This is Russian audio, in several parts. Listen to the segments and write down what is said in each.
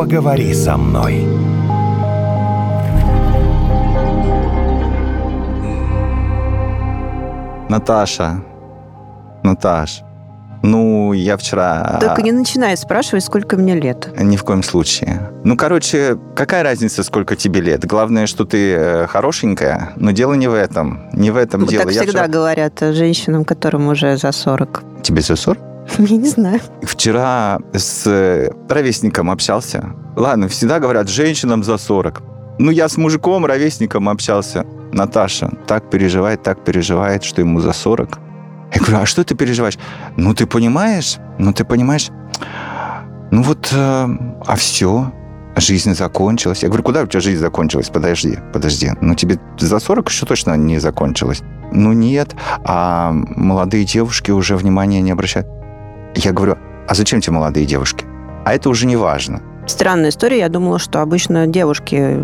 поговори со мной. Наташ, я вчера... Только не начинай спрашивать, сколько мне лет. Ни в коем случае. Какая разница, сколько тебе лет? Главное, что ты хорошенькая, но дело не в этом. Не в этом дело. Так всегда говорят женщинам, которым уже за 40. Тебе за 40? Я не знаю. Вчера с ровесником общался. Ладно, всегда говорят женщинам за 40. Я с мужиком, ровесником общался. Наташа так переживает, что ему за 40. Я говорю, а что ты переживаешь? Ты понимаешь? А все, жизнь закончилась. Я говорю, куда у тебя жизнь закончилась? Подожди. Тебе за 40 еще точно не закончилась. Нет, а молодые девушки уже внимания не обращают. Я говорю, а зачем тебе молодые девушки? А это уже не важно. Странная история. Я думала, что обычно девушки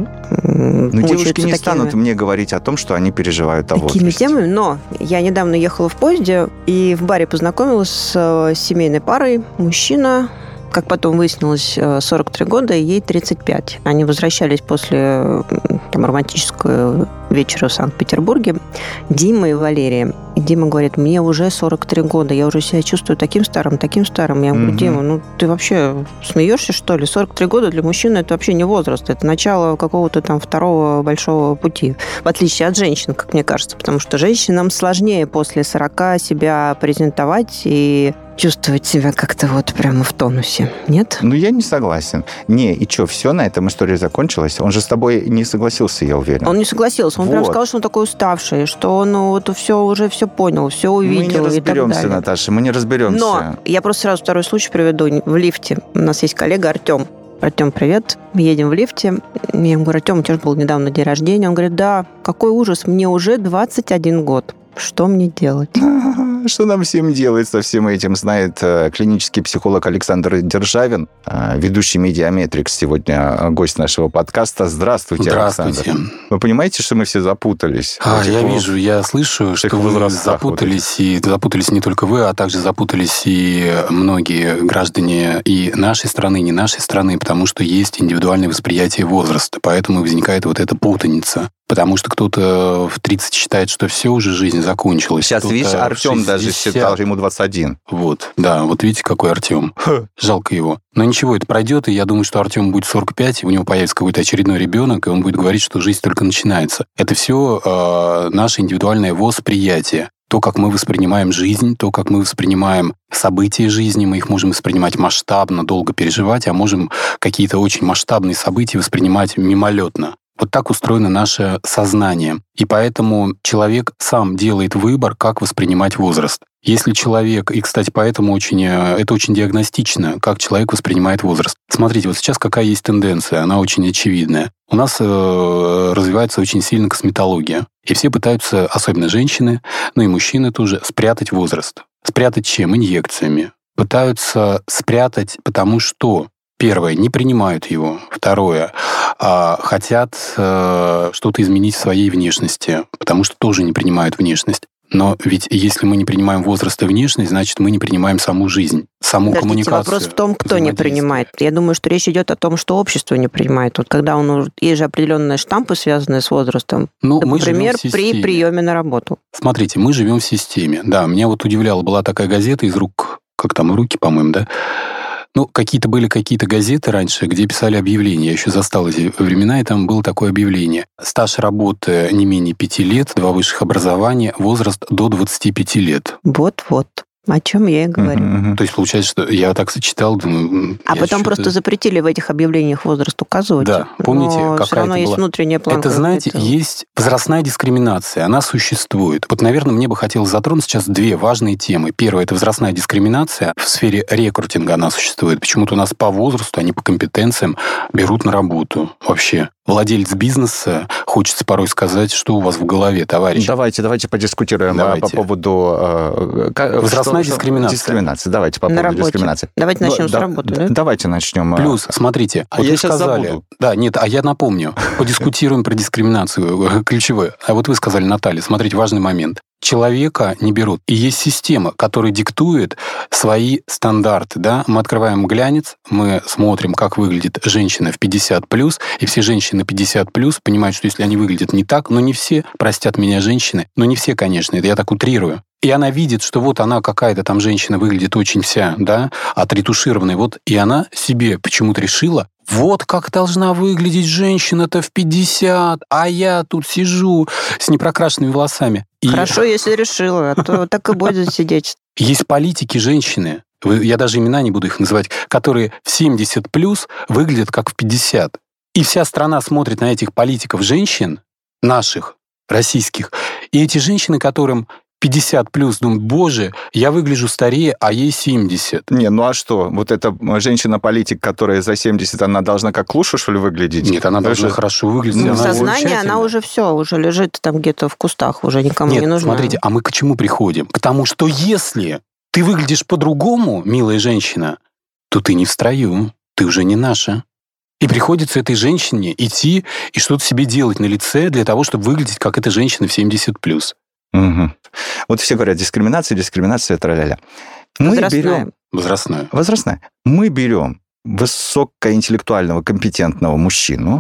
девушки не станут мне говорить о том, что они переживают о возрасте. Такими темами. Но я недавно ехала в поезде и в баре познакомилась с семейной парой. Мужчина, как потом выяснилось, 43 года, и ей 35. Они возвращались после романтического вечера в Санкт-Петербурге. Дима и Валерия. И Дима говорит, мне уже 43 года, я уже себя чувствую таким старым. Я говорю, Дима, ты вообще смеешься, что ли? 43 года для мужчины это вообще не возраст, это начало какого-то там второго большого пути. В отличие от женщин, как мне кажется, потому что женщинам сложнее после 40 себя презентовать и чувствовать себя как-то прямо в тонусе. Нет? Я не согласен. И что, все, на этом история закончилась? Он же с тобой не согласился, я уверен. Он не согласился. Он прям сказал, что он такой уставший, что он уже все понял, все увидел. Мы не разберемся, Наташа, мы не разберемся. Но я просто сразу второй случай приведу. В лифте у нас есть коллега Артем. Артем, привет. Мы едем в лифте. Я ему говорю, Артем, у тебя же был недавно день рождения. Он говорит, да, какой ужас, мне уже 21 год. Что мне делать? Что нам всем делать со всем этим, знает клинический психолог Александр Державин, ведущий Медиаметрикс, сегодня гость нашего подкаста. Здравствуйте, Александр. Вы понимаете, что мы все запутались? Я вижу, я слышу, что вы запутались, и запутались не только вы, а также запутались и многие граждане и нашей страны, и не нашей страны, потому что есть индивидуальное восприятие возраста, поэтому возникает эта путаница. Потому что кто-то в 30 считает, что все, уже жизнь закончилась. Сейчас, видишь, Артем даже считал, ему 21. Видите, какой Артем. Жалко его. Но ничего, это пройдет, и я думаю, что Артему будет 45, и у него появится какой-то очередной ребенок, и он будет говорить, что жизнь только начинается. Это все наше индивидуальное восприятие. То, как мы воспринимаем жизнь, то, как мы воспринимаем события жизни, мы их можем воспринимать масштабно, долго переживать, а можем какие-то очень масштабные события воспринимать мимолетно. Вот так устроено наше сознание. И поэтому человек сам делает выбор, как воспринимать возраст. Если человек, и, кстати, поэтому это очень диагностично, как человек воспринимает возраст. Смотрите, сейчас какая есть тенденция, она очень очевидная. У нас развивается очень сильно косметология. И все пытаются, особенно женщины, и мужчины тоже, спрятать возраст. Спрятать чем? Инъекциями. Пытаются спрятать, потому что первое, не принимают его. Второе, хотят что-то изменить в своей внешности, потому что тоже не принимают внешность. Но ведь если мы не принимаем возраст и внешность, значит, мы не принимаем саму жизнь, саму коммуникацию. Вопрос в том, кто не принимает. Я думаю, что речь идет о том, что общество не принимает. Когда есть же определенные штампы, связанные с возрастом. Например, при приеме на работу. Смотрите, мы живем в системе. Да, меня удивляло, была такая газета из рук, руки, по-моему, да? Были какие-то газеты раньше, где писали объявления. Я еще застал эти времена, и там было такое объявление. Стаж работы не менее 5 лет, 2 высших образования, возраст до 25 лет. Вот. О чем я и говорю. То есть, получается, что я так сочетал, думаю... А потом просто запретили в этих объявлениях возраст указывать. Да, помните, какая все равно есть внутренняя планка. Это, знаете, есть возрастная дискриминация, она существует. Наверное, мне бы хотелось затронуть сейчас 2 важные темы. Первое — это возрастная дискриминация. В сфере рекрутинга она существует. Почему-то у нас по возрасту, а не по компетенциям берут на работу вообще. Владелец бизнеса, хочется порой сказать, что у вас в голове, товарищ. Давайте подискутируем по поводу... возрастная дискриминация. Давайте по поводу дискриминации. Давайте начнем с работы, да? Давайте начнем. Плюс, смотрите, вы сказали... Забуду. Да, нет, я напомню. Подискутируем про дискриминацию ключевое. А вы сказали, Наталья, смотрите, важный момент. человека не берут. И есть система, которая диктует свои стандарты. Да? Мы открываем глянец, мы смотрим, как выглядит женщина в 50+, и все женщины 50+, понимают, что если они выглядят не так, но не все, простят меня женщины, но не все, конечно, это я так утрирую. И она видит, что вот она какая-то там женщина выглядит очень вся, да, отретушированная, вот, и она себе почему-то решила, вот как должна выглядеть женщина-то в 50, а я тут сижу с непрокрашенными волосами. И Хорошо, если решила, а то так и будет сидеть. есть политики женщины, я даже имена не буду их называть, которые в 70+ выглядят как в 50. И вся страна смотрит на этих политиков женщин, наших, российских, и эти женщины, которым 50+, думают, боже, я выгляжу старее, а ей 70. Не, ну а что? Вот эта женщина-политик, которая за 70, она должна как лучше, что ли, выглядеть? Нет, она должна хорошо выглядеть. Ну, она сознание, она замечательна. уже все, уже лежит там где-то в кустах, уже никому Нет, не нужна. смотрите, а мы к чему приходим? К тому, что если ты выглядишь по-другому, милая женщина, то ты не в строю, ты уже не наша. И приходится этой женщине идти и что-то себе делать на лице для того, чтобы выглядеть как эта женщина в 70+. Угу. Вот все говорят, дискриминация, тра-ля-ля. Мы Возрастная. берем... Возрастная. Мы берем высокоинтеллектуального, компетентного мужчину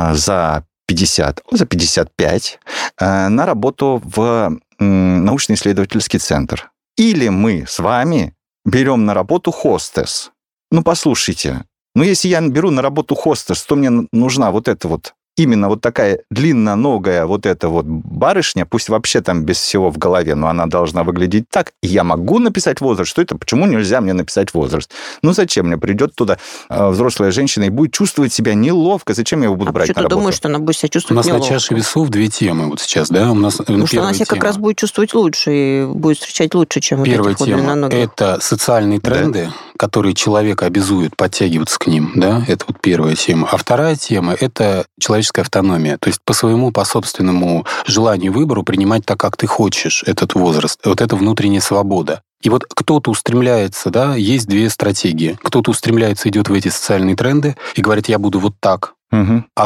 за 50, за 55 на работу в научно-исследовательский центр. Или мы с вами берем на работу хостес. Ну, послушайте, если я беру на работу хостес, то мне нужна вот эта вот именно вот такая длинноногая вот эта вот барышня, пусть вообще там без всего в голове, но она должна выглядеть так. И я могу написать возраст. Что это? Почему нельзя мне написать возраст? Ну, зачем мне придет туда взрослая женщина и будет чувствовать себя неловко? Зачем я его буду брать на Что ты работу? думаешь, что она будет себя У чувствовать нас на неловко? чаше весов две темы вот сейчас, да? У нас Потому что она себя как раз будет чувствовать лучше и будет встречать лучше, чем Первая вот этих вот тема длинноногих. – это социальные тренды, которые человека обязуют подтягиваться к ним, да? Это вот первая тема. А вторая тема – это человеческая автономия. То есть по собственному желанию, выбору принимать так, как ты хочешь этот возраст. Вот это внутренняя свобода. И вот кто-то устремляется, да, есть две стратегии. Кто-то устремляется, идет в эти социальные тренды и говорит, я буду вот так. Угу. А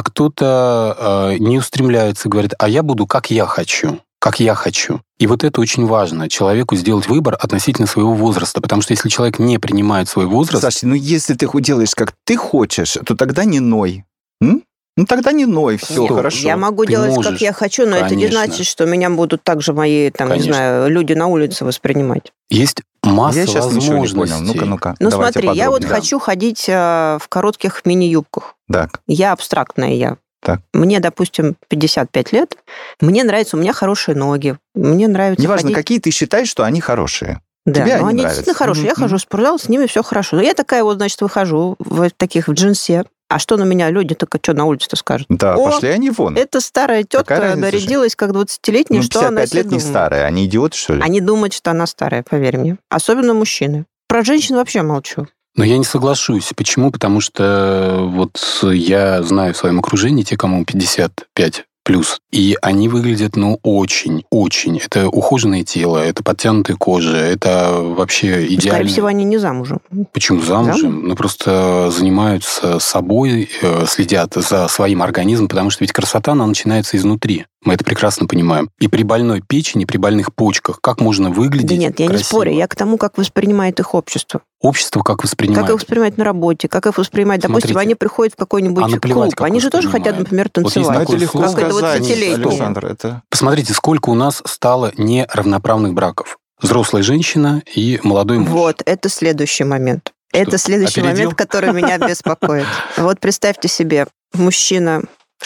кто-то не устремляется, говорит, а я буду как я хочу. Как я хочу. И вот это очень важно, человеку сделать выбор относительно своего возраста. Потому что если человек не принимает свой возраст... Саша, если ты делаешь, как ты хочешь, то тогда не ной. Ну, тогда не ной, все, Нет, хорошо. Я могу Ты делать, можешь, как я хочу, но это не конечно. значит, что меня будут также мои, там, не Конечно. знаю, люди на улице воспринимать. Есть масса Я сейчас ничего не возможностей. понял. Ну-ка. Ну, давайте смотри, я вот подробнее. хочу ходить в коротких мини-юбках. Так. Я абстрактная я. Так. Мне, допустим, 55 лет. Мне нравится, у меня хорошие ноги. Мне нравится Неважно, ходить... какие ты считаешь, что они хорошие. Да, Тебе но они они нравятся. действительно хорошие. Я хожу в спортзал, с ними все хорошо. Но я такая вот, значит, выхожу в таких в джинсе. А что на меня люди только что на улице-то скажут? Да, О, пошли они вон. Это старая Какая тетка разница нарядилась как 20-летняя, Ну, что она 55 себе лет не думает? старая, они идиоты, что ли? Они думают, что она старая, поверь мне. Особенно мужчины. Про женщин вообще молчу. Но я не соглашусь. Почему? Потому что вот я знаю в своем окружении те, кому 55+, и они выглядят, очень. Это ухоженное тело, это подтянутая кожа, это вообще идеально. Скорее всего, они не замужем. Почему замужем? Ну, просто занимаются собой, следят за своим организмом, потому что ведь красота, она начинается изнутри. Мы это прекрасно понимаем. И при больной печени, при больных почках, как можно выглядеть Да нет, я красиво? не спорю. Я к тому, как воспринимает их общество. Общество как воспринимает? Как их воспринимать на работе, как их воспринимать, допустим, Смотрите, они приходят в какой-нибудь наплевать, клуб. как Они же тоже хотят, воспринимают. например, Вот есть танцевать. Ну, такое это легко слово. Как это сказать, 20-летние. Александр. Это... Посмотрите, сколько у нас стало неравноправных браков. Взрослая женщина и молодой муж. Вот, это следующий момент. Это следующий опередил? момент, который меня беспокоит. Вот представьте себе, мужчина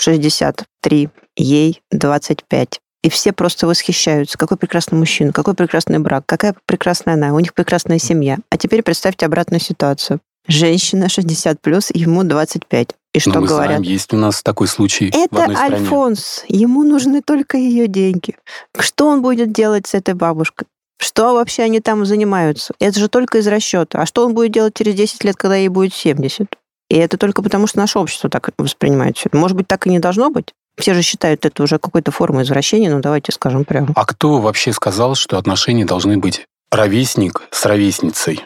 63, ей 25. И все просто восхищаются. Какой прекрасный мужчина, какой прекрасный брак, какая прекрасная она, у них прекрасная семья. А теперь представьте обратную ситуацию. Женщина 60+, ему 25. И что Но мы говорят? знаем, есть у нас такой случай в Это одной стране. Альфонс. Ему нужны только ее деньги. Что он будет делать с этой бабушкой? Что вообще они там занимаются? Это же только из расчета. А что он будет делать через 10 лет, когда ей будет 70? И это только потому, что наше общество так воспринимает все это. Может быть, так и не должно быть? Все же считают это уже какой-то формой извращения, но давайте скажем прямо. А кто вообще сказал, что отношения должны быть ровесник с ровесницей?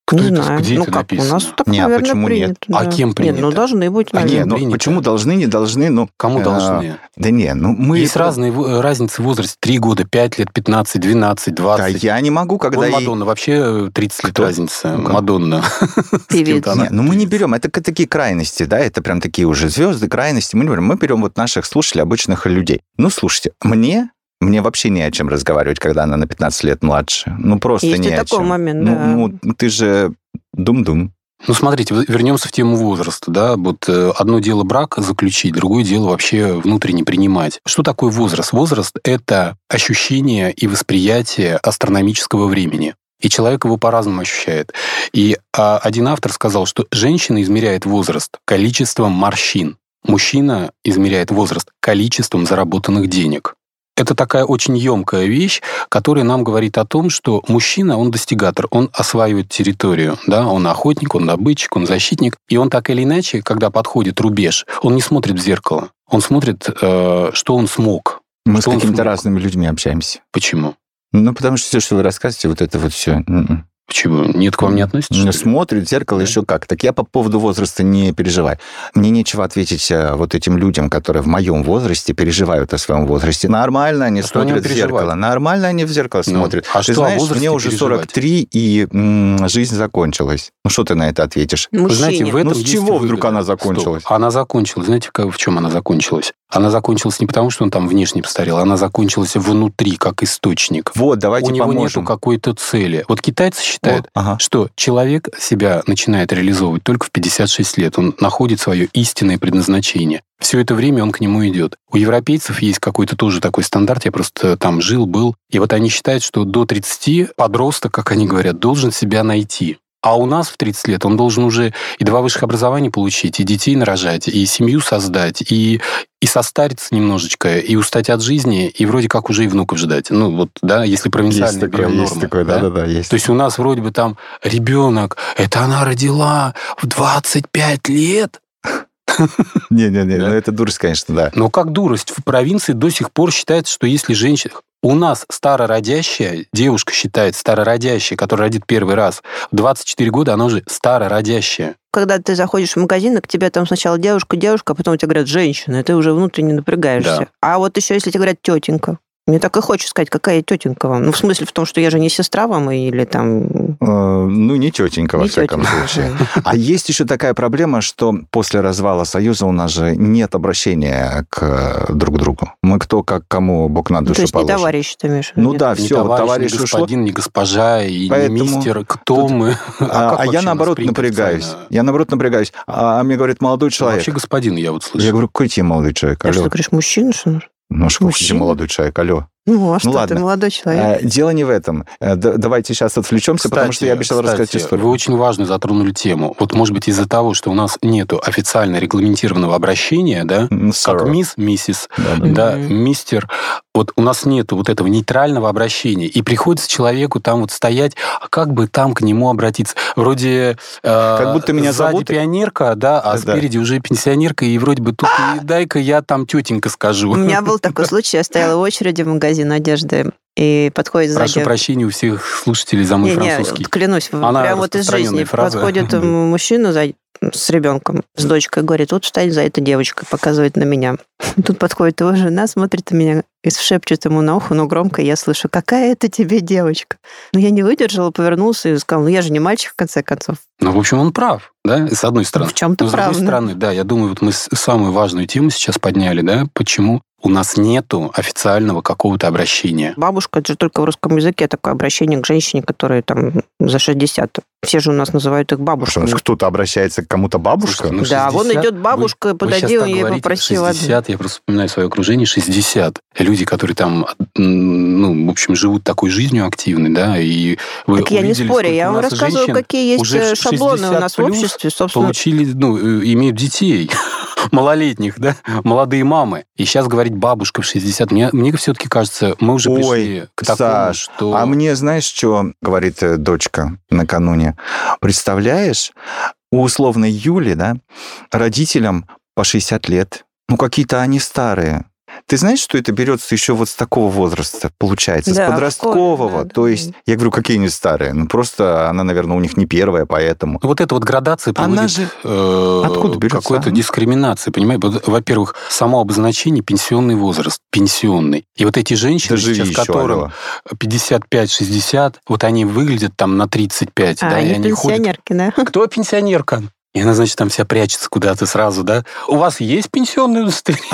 Кто не это, знаю. где Ну это как, написано? у нас так, Не, а наверное, почему нет? принято. А да. кем принято? Нет, должны быть, А наверное. не, ну принято? почему должны, не должны? Ну, Кому должны? да не, ну мы... Есть разные разницы в возрасте. 3 года, 5 лет, 15, 12, 20. Да, я не могу, когда... Вон Мадонна, вообще 30 лет Кто? разница. Ну-ка. Мадонна. Певец. Не, ну мы не берем, это такие крайности, да, это прям такие уже звезды, крайности. Мы берем вот наших слушателей, обычных людей. Ну, слушайте, мне вообще не о чем разговаривать, когда она на 15 лет младше. Ну, просто Есть не и о такой чем. момент, Ну, да. ну, ты же дум-дум. Ну, смотрите, вернемся в тему возраста, да, вот одно дело брак заключить, другое дело вообще внутренне принимать. Что такое возраст? Возраст – это ощущение и восприятие астрономического времени. И человек его по-разному ощущает. И один автор сказал, что женщина измеряет возраст количеством морщин, мужчина измеряет возраст количеством заработанных денег. Это такая очень емкая вещь, которая нам говорит о том, что мужчина, он достигатор, он осваивает территорию, да, он охотник, он добытчик, он защитник, и он так или иначе, когда подходит рубеж, он не смотрит в зеркало, он смотрит, что он смог. Мы с Что он какими-то смог. разными людьми общаемся. Почему? Ну, потому что все, что вы рассказываете, вот это вот все. Почему? Нет, к вам не относится? что ли? Смотрит в зеркало Да. еще как. Так я по поводу возраста не переживаю. Мне нечего ответить вот этим людям, которые в моем возрасте переживают о своем возрасте. Нормально они что они смотрят в переживают? зеркало. Нормально они в зеркало Ну, смотрят. а Ты что о знаешь, возрасте мне уже переживать? 43, и жизнь закончилась. Ну, что ты на это ответишь? Вы знаете, Мужчине. в этом с есть чего выгода. вдруг она закончилась? Стоп. Она закончилась. Знаете, в чем она закончилась? Она закончилась не потому, что он там внешне постарел, она закончилась внутри, как источник. Вот, давайте У него поможем. нету какой-то цели. Вот китайцы считают, Вот, ага. что человек себя начинает реализовывать только в 56 лет. Он находит свое истинное предназначение. Все это время он к нему идет. У европейцев есть какой-то тоже такой стандарт, я просто там жил, был. И вот они считают, что до 30 подросток, как они говорят, должен себя найти. А у нас в 30 лет он должен уже и 2 высших образования получить, и детей нарожать, и семью создать, и состариться немножечко, и устать от жизни, и вроде как уже и внуков ждать. Ну вот, да, если провинциальные берем нормы. есть такое, да, есть. То есть у нас вроде бы там ребенок, это она родила в 25 лет. Не-не-не, Да. ну это дурость, конечно, да. Но как дурость, в провинции до сих пор считается, что если женщина... У нас старородящая, девушка считается старородящая, которая родит первый раз, в 24 года она уже старородящая. Когда ты заходишь в магазин, и к тебе там сначала девушка, а потом тебе говорят женщина, и ты уже внутренне напрягаешься. Да. А вот еще если тебе говорят тетенька, мне так и хочется сказать, какая тетенька вам. Ну, в смысле в том, что я же не сестра вам или там... Ну, не тетенька, во Не всяком тетенька. случае. А есть еще такая проблема, что после развала Союза у нас же нет обращения к друг другу. Мы кто как кому Бог на Ну, душу то есть не положит. товарищ, ты имеешь в виду, Ну нет? да, Не все, вот товарищ не ушло. господин, не госпожа, и Поэтому не мистер. Кто тут- мы? А как я, вообще наоборот, нас принято напрягаюсь. официально? Я, наоборот, напрягаюсь. А мне говорит молодой человек. Вообще господин, я вот слышу. Я говорю, какой тебе молодой человек? А что, Алло. ты говоришь, мужчина, что ли? Ну, что мужчина? тебе молодой человек? Алло. Ну, а что ладно. ты, молодой человек? Дело не в этом. Давайте сейчас отвлечемся, потому что я обещал рассказать историю. Вы очень важную затронули тему. Вот, может быть, из-за того, что у нас нету официально регламентированного обращения, да, как Sir. мисс, миссис, Да-да. да, Мгм. мистер, вот у нас нету вот этого нейтрального обращения, и приходится человеку там вот стоять, а как бы там к нему обратиться? Вроде Как будто меня сзади зовут. пионерка, да, а Да. спереди уже пенсионерка, и вроде бы тут дай-ка я там тетенька скажу. У меня был такой случай, я стояла в очереди в магазин одежды, и подходит сзади... Прошу прощения у всех слушателей за мой французский. клянусь, Она прям вот из распространенная жизни. фраза. Подходит мужчина с ребенком, с дочкой, говорит, вот встань за этой девочкой, показывает на меня. Тут подходит его жена, смотрит на меня и шепчет ему на ухо, но громко я слышу, какая это тебе девочка? Ну, я не выдержала, повернулся и сказала, ну, я же не мальчик, в конце концов. Ну, в общем, он прав, да, с одной стороны. В чем-то Но с прав. другой стороны, да, я думаю, вот мы самую важную тему сейчас подняли, да, почему у нас нету официального какого-то обращения. Бабушка, это же только в русском языке такое обращение к женщине, которая там за 60. Все же у нас называют их Что, бабушками. кто-то обращается к кому-то бабушка? Слушайте, ну, Да, 60, вон идет бабушка, вы подойди, щас так я ей говорите, попроси воды. 60, я просто вспоминаю свое окружение, 60. Люди, которые там, ну, в общем, живут такой жизнью активной, да, и вы Так я не увидели, спорю, сколько я у вам нас рассказываю, женщин какие есть уже в шаблоны у 60 нас в плюс обществе, собственно. получили, ну, имеют детей, малолетних, да, молодые мамы. И сейчас говорить бабушка в 60, мне все-таки кажется, мы уже Ой, пришли к такому, Саш, что... а мне знаешь, что говорит дочка накануне? Представляешь, у условной Юли, да, родителям по 60 лет, ну какие-то они старые. Ты знаешь, что это берется еще вот с такого возраста, получается, Да, с подросткового. школе, да. То есть, я говорю, какие они старые. Ну, просто она, наверное, у них не первая, поэтому. Вот эта вот градация Она приводит же откуда к берется? какой-то дискриминации, понимаете? Вот, во-первых, само обозначение пенсионный возраст, пенсионный. И вот эти женщины, Доживи сейчас еще, которым алло. 55-60, вот они выглядят там на 35, да, и Они они ходят... пенсионерки, да? Кто пенсионерка? И она, значит, там вся прячется куда-то сразу, да? У вас есть пенсионное удостоверение?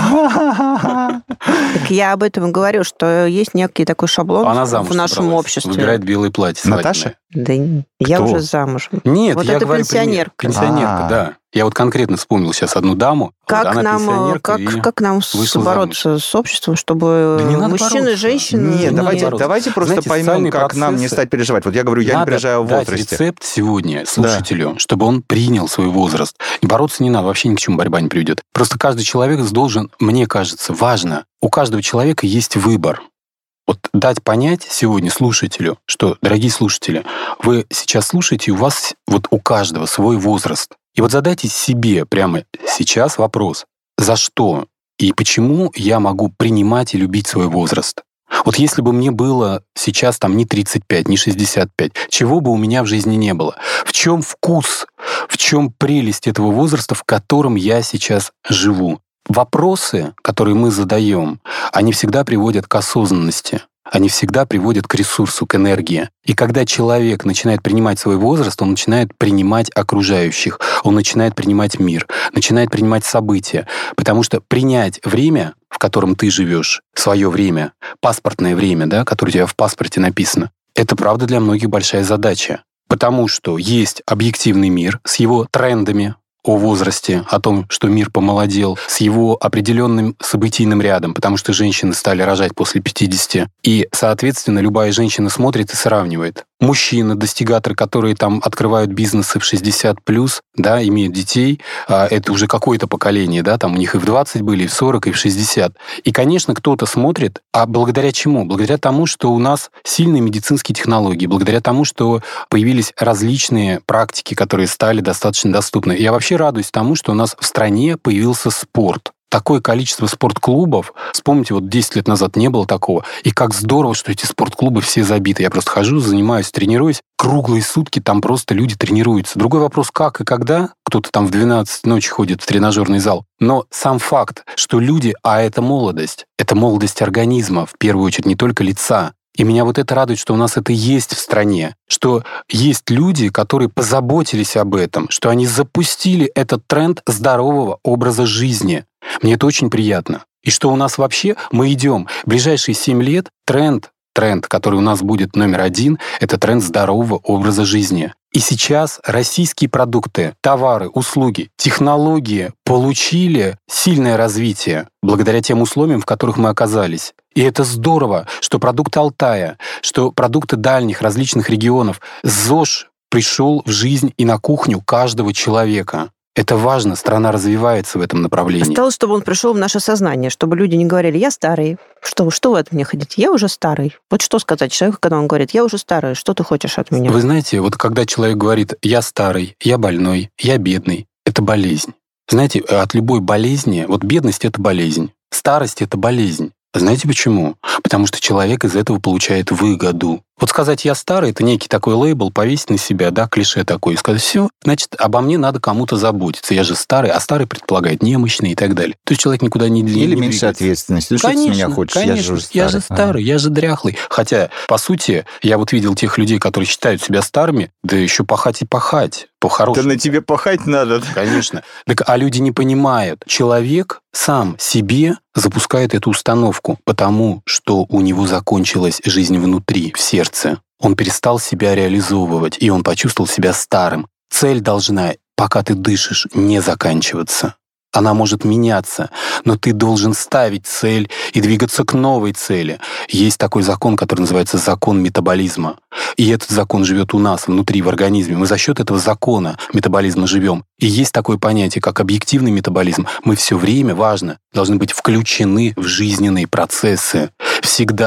Так я об этом и говорю, что есть некий такой шаблон Она замуж в нашем собралась, обществе. выбирает белое платье Наташа? свадебное. Да я Кто? уже замужем. Нет, Вот я это говорю пример. пенсионерка. Пенсионерка, А. да. Я вот конкретно вспомнил сейчас одну даму. Как вот она нам, пенсионерка и как нам вышла бороться с обществом, чтобы Да не надо мужчины и бороться. женщины... Нет, не давайте, бороться. давайте просто Знаете, поймем, социальные как нам не процессы. стать переживать. Вот я говорю, я не Надо переживаю о дать возрасте. рецепт сегодня слушателю, чтобы он принял свой возраст. И бороться не надо, вообще ни к чему борьба не приведет. Просто каждый человек должен, мне кажется, важно, у каждого человека есть выбор. Вот дать понять сегодня слушателю, что, дорогие слушатели, вы сейчас слушаете, и у вас вот у каждого свой возраст. И вот задайте себе прямо сейчас вопрос, за что и почему я могу принимать и любить свой возраст. Вот если бы мне было сейчас там не 35, не 65, чего бы у меня в жизни не было? В чем вкус, в чем прелесть этого возраста, в котором я сейчас живу? Вопросы, которые мы задаем, они всегда приводят к осознанности. Они всегда приводят к ресурсу, к энергии. И когда человек начинает принимать свой возраст, он начинает принимать окружающих, он начинает принимать мир, начинает принимать события. Потому что принять время, в котором ты живешь, свое время, паспортное время, да, которое у тебя в паспорте написано, это правда для многих большая задача. Потому что есть объективный мир с его трендами о возрасте, о том, что мир помолодел, с его определенным событийным рядом, потому что женщины стали рожать после 50. И, соответственно, любая женщина смотрит и сравнивает. Мужчины, достигаторы, которые там открывают бизнесы в 60+, да, имеют детей, это уже какое-то поколение, да, там у них и в 20 были, и в 40, и в 60. И, конечно, кто-то смотрит, а благодаря чему? Благодаря тому, что у нас сильные медицинские технологии, благодаря тому, что появились различные практики, которые стали достаточно доступны. Я вообще радуюсь тому, что у нас в стране появился спорт. Такое количество спортклубов, вспомните, вот 10 лет назад не было такого. И как здорово, что эти спортклубы все забиты. Я просто хожу, занимаюсь, тренируюсь. Круглые сутки там просто люди тренируются. Другой вопрос, как и когда. Кто-то там в 12 ночи ходит в тренажерный зал. Но сам факт, что люди, а это молодость организма, в первую очередь, не только лица. И меня вот это радует, что у нас это есть в стране, что есть люди, которые позаботились об этом, что они запустили этот тренд здорового образа жизни. Мне это очень приятно. И что у нас вообще, мы идем в ближайшие 7 лет, тренд, который у нас будет номер 1, это тренд здорового образа жизни. И сейчас российские продукты, товары, услуги, технологии получили сильное развитие благодаря тем условиям, в которых мы оказались. И это здорово, что продукты Алтая, что продукты дальних различных регионов, ЗОЖ пришел в жизнь и на кухню каждого человека. Это важно, страна развивается в этом направлении. Осталось, чтобы он пришел в наше сознание, чтобы люди не говорили, я старый. Что вы от меня хотите? Я уже старый. Вот что сказать человеку, когда он говорит, я уже старый, что ты хочешь от меня? Вы знаете, вот когда человек говорит, я старый, я больной, я бедный, это болезнь. Знаете, от любой болезни, вот бедность — это болезнь, старость — это болезнь. Знаете почему? Потому что человек из этого получает выгоду. Вот сказать «я старый» — это некий такой лейбл, повесить на себя, да, клише такое, и сказать «все, значит, обо мне надо кому-то заботиться, я же старый», а старый предполагает немощный и так далее. То есть человек никуда не двигается. Или меньше ответственности. Ну, что ты с меня хочешь? Конечно, я же старый, я же дряхлый. Хотя, по сути, я вот видел тех людей, которые считают себя старыми, да еще пахать и пахать. По-хорошему. Да на тебе пахать надо. Конечно. Так, а люди не понимают. Человек сам себе запускает эту установку, потому что у него закончилась жизнь внутри, в сердце. Он перестал себя реализовывать, и он почувствовал себя старым. Цель должна, пока ты дышишь, не заканчиваться. Она может меняться, но ты должен ставить цель и двигаться к новой цели. Есть такой закон, который называется закон метаболизма. И этот закон живет у нас, внутри, в организме. Мы за счет этого закона метаболизма живем. И есть такое понятие, как объективный метаболизм. Мы все время, важно, должны быть включены в жизненные процессы. Всегда.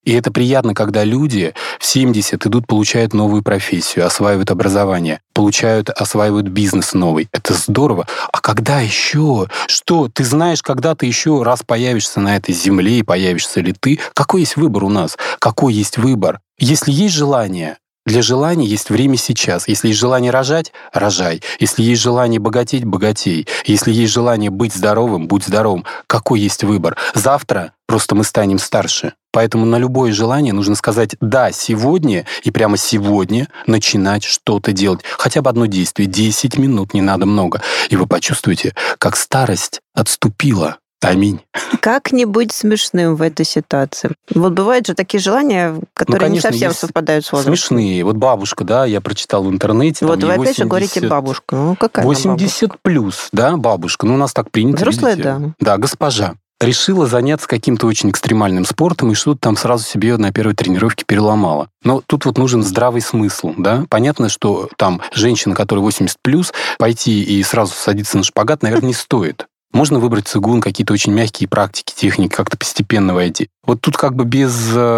И это приятно, когда люди в 70 идут, получают новую профессию, осваивают образование, осваивают бизнес новый. Это здорово. А когда еще? Что? Ты знаешь, когда ты еще раз появишься на этой земле, и появишься ли ты? Какой есть выбор у нас? Какой есть выбор? Если есть желание, для желания есть время сейчас. Если есть желание рожать — рожай. Если есть желание богатеть — богатей. Если есть желание быть здоровым — будь здоровым. Какой есть выбор? Завтра просто мы станем старше. Поэтому на любое желание нужно сказать «да» сегодня, и прямо сегодня начинать что-то делать. Хотя бы одно действие, 10 минут, не надо много. И вы почувствуете, как старость отступила. Аминь. Как не быть смешным в этой ситуации? Вот бывают же такие желания, которые конечно, не совсем есть совпадают с возрастом. смешные. Вот бабушка, да, я прочитал в интернете. Вот там вы ей опять же 80, говорите бабушка. Ну, какая она 80 плюс, да, бабушка. Ну, у нас так принято. Взрослая видите. дама. Да, госпожа. Решила заняться каким-то очень экстремальным спортом и что-то там сразу себе на первой тренировке переломала. Но тут вот нужен здравый смысл, да. Понятно, что там женщина, которая 80 плюс, пойти и сразу садиться на шпагат, наверное, не стоит. Можно выбрать цигун, какие-то очень мягкие практики, техники, как-то постепенно войти. Вот тут как бы без,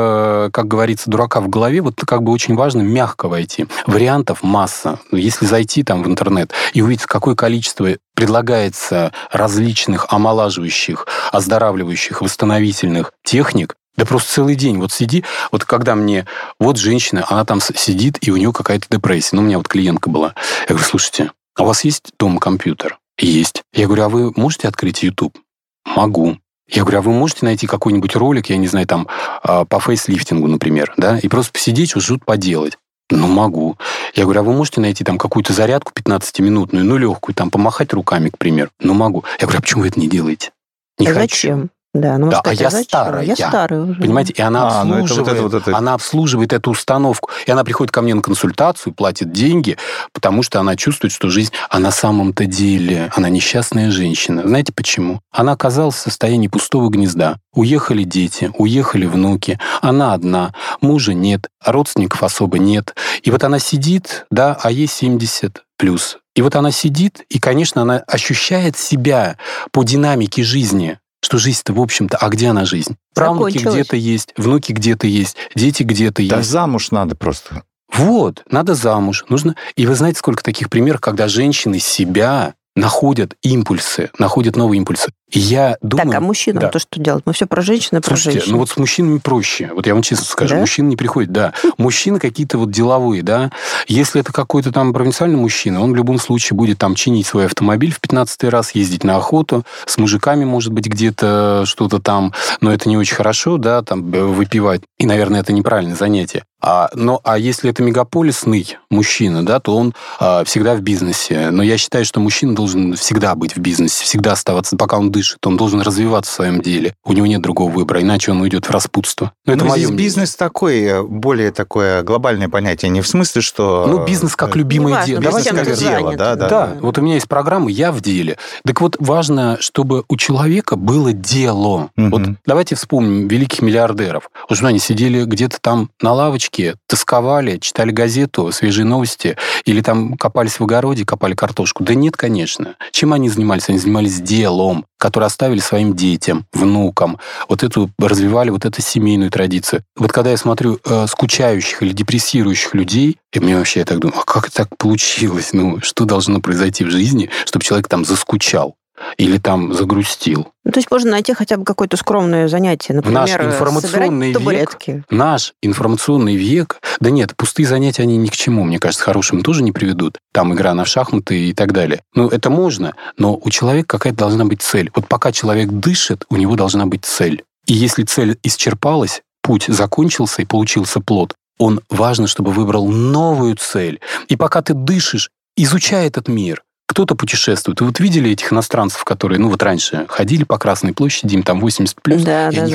как говорится, дурака в голове, вот как бы очень важно мягко войти. Вариантов масса. Если зайти там в интернет и увидеть, какое количество предлагается различных омолаживающих, оздоравливающих, восстановительных техник, да просто целый день. Вот сиди, вот когда мне... Вот женщина, она там сидит, и у нее какая-то депрессия. Ну, у меня вот клиентка была. Я говорю, слушайте, а у вас есть дома компьютер? Есть. Я говорю, а вы можете открыть YouTube? Могу. Я говорю, а вы можете найти какой-нибудь ролик, я не знаю, там, по фейслифтингу, например, да, и просто посидеть, что-то поделать? Ну, могу. Я говорю, а вы можете найти там какую-то зарядку 15-минутную, ну, легкую, там, помахать руками, к примеру? Ну, могу. Я говорю, а почему вы это не делаете? Не хочу. Зачем? Да, ну, Да, сказать, а я зачем? старая. Я старая уже. Понимаете, и она ну, обслуживает, это. она обслуживает эту установку. И она приходит ко мне на консультацию, платит деньги, потому что она чувствует, что жизнь... А на самом-то деле она несчастная женщина. Знаете почему? Она оказалась в состоянии пустого гнезда. Уехали дети, уехали внуки. Она одна, мужа нет, родственников особо нет. И вот она сидит, да, а ей 70 плюс. И вот она сидит, и, конечно, она ощущает себя по динамике жизни, что жизнь-то, в общем-то, а где она жизнь? Правнуки где-то есть, внуки где-то есть, дети где-то есть. Да замуж надо просто. Вот, надо замуж. Нужно... И вы знаете, сколько таких примеров, когда женщины себя находят импульсы, находят новые импульсы. И я думаю... Так, а мужчинам да. то что делать? Мы все про женщин и про Слушайте, женщин. ну вот с мужчинами проще. Вот я вам честно скажу, Да? мужчины не приходят, да. Мужчины какие-то вот деловые, да. Если это какой-то там провинциальный мужчина, он в любом случае будет там чинить свой автомобиль в 15-й раз, ездить на охоту, с мужиками, может быть, где-то что-то там, но это не очень хорошо, да, там выпивать. И, наверное, это неправильное занятие. А если это мегаполисный мужчина, да, то он всегда в бизнесе. Но я считаю, что мужчина должен всегда быть в бизнесе, всегда оставаться, пока он дышит. Он должен развиваться в своем деле. У него нет другого выбора, иначе он уйдет в распутство. Но это мое здесь мнение. бизнес такой, более такое глобальное понятие. Не в смысле, что... Ну, бизнес как любимое неважно, дело. Бизнес чем как ты дело, занят. да. Да, вот у меня есть программа «Я в деле». Так вот, важно, чтобы у человека было дело. Мгм. Вот давайте вспомним великих миллиардеров. Вот что они сидели где-то там на лавочке, тосковали, читали газету, свежие новости, или там копались в огороде, копали картошку. Да нет, конечно. Чем они занимались? Они занимались делом, которое оставили своим детям, внукам. Развивали вот эту семейную традицию. Вот когда я смотрю скучающих или депрессирующих людей, и мне вообще я так думаю, а как так получилось? Ну, что должно произойти в жизни, чтобы человек там заскучал или там загрустил? Ну, то есть можно найти хотя бы какое-то скромное занятие, например, наш информационный собирать табуретки. Наш информационный век... Да нет, пустые занятия, они ни к чему, мне кажется, хорошим тоже не приведут. Там игра на шахматы и так далее. Ну, это можно, но у человека какая-то должна быть цель. Вот пока человек дышит, у него должна быть цель. И если цель исчерпалась, путь закончился и получился плод, он важно, чтобы выбрал новую цель. И пока ты дышишь, изучай этот мир. Кто-то путешествует. Вы вот видели этих иностранцев, которые, раньше ходили по Красной площади, им там 80+, Да, и они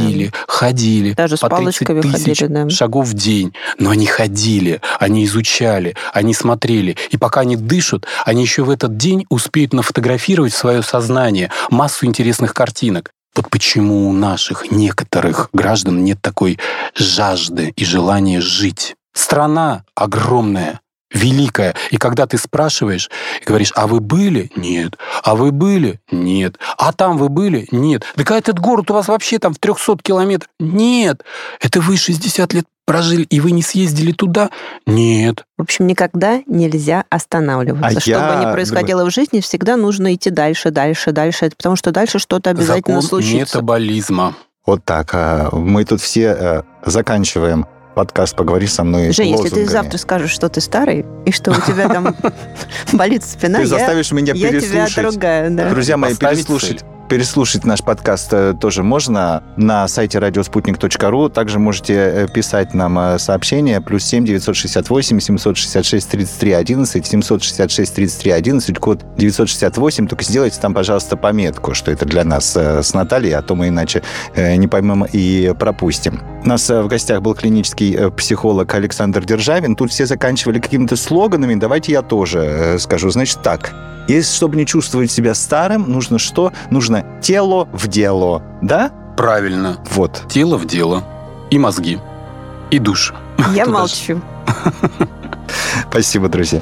ходили. Даже с по 30 палочками тысяч ходили, да. шагов в день. Но они ходили, они изучали, они смотрели. И пока они дышат, они еще в этот день успеют нафотографировать в свое сознание массу интересных картинок. Вот почему у наших некоторых граждан нет такой жажды и желания жить. Страна огромная, великое. И когда ты спрашиваешь и говоришь, а вы были? Нет. А вы были? Нет. А там вы были? Нет. Так а этот город у вас вообще там в 300 километрах? Нет. Это вы 60 лет прожили, и вы не съездили туда? Нет. В общем, никогда нельзя останавливаться. Что бы ни происходило в жизни, всегда нужно идти дальше, потому что дальше что-то обязательно Закон случится. метаболизма. Вот так. Мы тут все заканчиваем подкаст «Поговори со мной» Жень, лозунгами. если ты завтра скажешь, что ты старый, и что у тебя там болит спина, ты заставишь меня переслушать. Я тебя отругаю. Да. Друзья мои, переслушать наш подкаст тоже можно на сайте радиоспутник.ру. Также можете писать нам сообщения. +7 968 766 33 11, 766 33 11, код 968. Только сделайте там, пожалуйста, пометку, что это для нас с Натальей, а то мы иначе не поймем и пропустим. У нас в гостях был клинический психолог Александр Державин. Тут все заканчивали какими-то слоганами. Давайте я тоже скажу. Значит так. Если, чтобы не чувствовать себя старым, нужно что? Нужно тело в дело. Да? Правильно. Вот. Тело в дело. И мозги. И душ. Я молчу. Спасибо, друзья.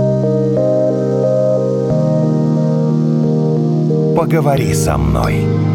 Поговори со мной.